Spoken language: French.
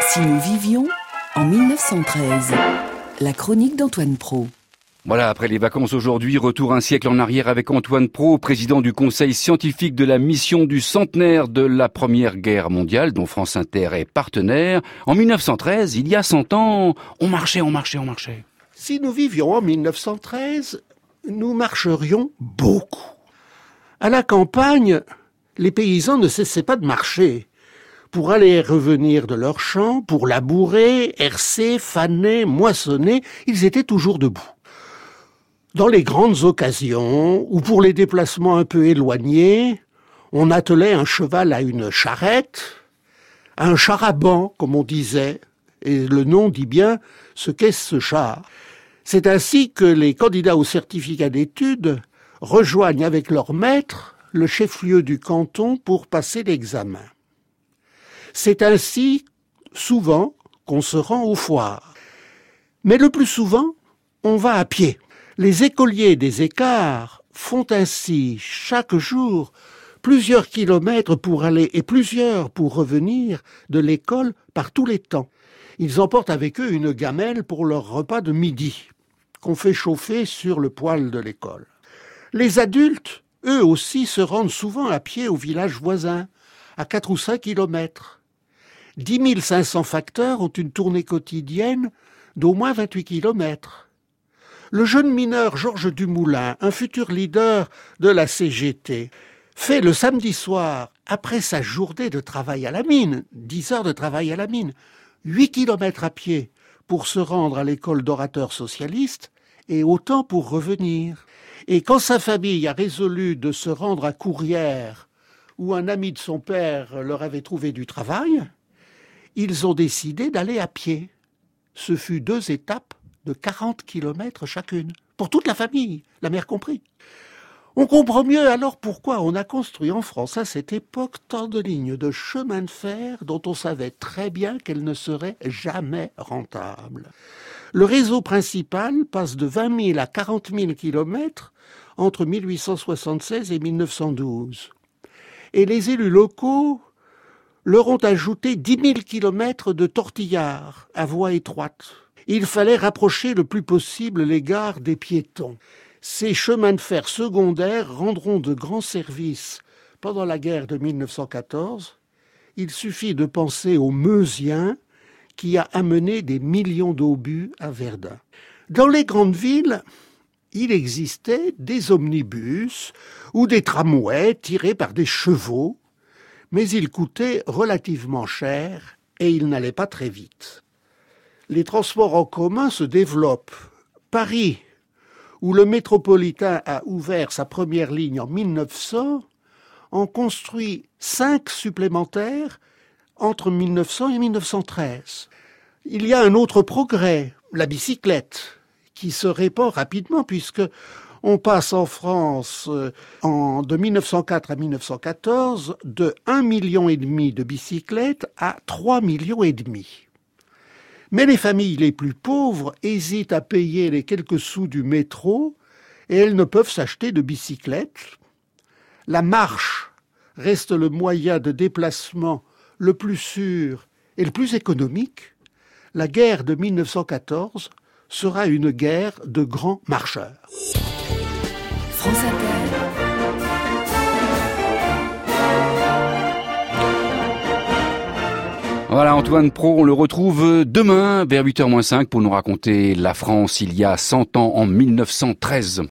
Si nous vivions en 1913, la chronique d'Antoine Pro. Voilà, après les vacances aujourd'hui, retour un siècle en arrière avec Antoine Pro, président du conseil scientifique de la mission du centenaire de la Première Guerre mondiale, dont France Inter est partenaire. En 1913, il y a 100 ans, on marchait. Si nous vivions en 1913, nous marcherions beaucoup. À la campagne, les paysans ne cessaient pas de marcher pour aller et revenir de leurs champs, pour labourer, herser, faner, moissonner, ils étaient toujours debout. Dans les grandes occasions, ou pour les déplacements un peu éloignés, on attelait un cheval à une charrette, à un char à banc, comme on disait, et le nom dit bien ce qu'est ce char. C'est ainsi que les candidats au certificat d'études rejoignent avec leur maître le chef-lieu du canton pour passer l'examen. C'est ainsi, souvent, qu'on se rend aux foires. Mais le plus souvent, on va à pied. Les écoliers des écarts font ainsi, chaque jour, plusieurs kilomètres pour aller et plusieurs pour revenir de l'école par tous les temps. Ils emportent avec eux une gamelle pour leur repas de midi, qu'on fait chauffer sur le poêle de l'école. Les adultes, eux aussi, se rendent souvent à pied au village voisin, à 4 ou 5 kilomètres. 10 500 facteurs ont une tournée quotidienne d'au moins 28 kilomètres. Le jeune mineur Georges Dumoulin, un futur leader de la CGT, fait le samedi soir, après sa journée de travail à la mine, 10 heures de travail à la mine, 8 kilomètres à pied pour se rendre à l'école d'orateurs socialistes et autant pour revenir. Et quand sa famille a résolu de se rendre à Courrières, où un ami de son père leur avait trouvé du travail, ils ont décidé d'aller à pied. Ce fut 2 étapes de 40 kilomètres chacune, pour toute la famille, la mère compris. On comprend mieux alors pourquoi on a construit en France à cette époque tant de lignes de chemin de fer dont on savait très bien qu'elles ne seraient jamais rentables. Le réseau principal passe de 20 000 à 40 000 kilomètres entre 1876 et 1912. Et les élus locaux leur ont ajouté 10 000 kilomètres de tortillard à voie étroite. Il fallait rapprocher le plus possible les gares des piétons. Ces chemins de fer secondaires rendront de grands services pendant la guerre de 1914. Il suffit de penser au Meusien qui a amené des millions d'obus à Verdun. Dans les grandes villes, il existait des omnibus ou des tramways tirés par des chevaux, mais ils coûtaient relativement cher et ils n'allaient pas très vite. Les transports en commun se développent. Paris, où le métropolitain a ouvert sa première ligne en 1900, en construit 5 supplémentaires entre 1900 et 1913. Il y a un autre progrès, la bicyclette, qui se répand rapidement puisque on passe en France, de 1904 à 1914, de 1,5 million de bicyclettes à 3,5 millions. Mais les familles les plus pauvres hésitent à payer les quelques sous du métro et elles ne peuvent s'acheter de bicyclette. La marche reste le moyen de déplacement le plus sûr et le plus économique. La guerre de 1914 sera une guerre de grands marcheurs. France Inter. Voilà, Antoine Pro, on le retrouve demain vers 8h-5 pour nous raconter la France il y a 100 ans en 1913.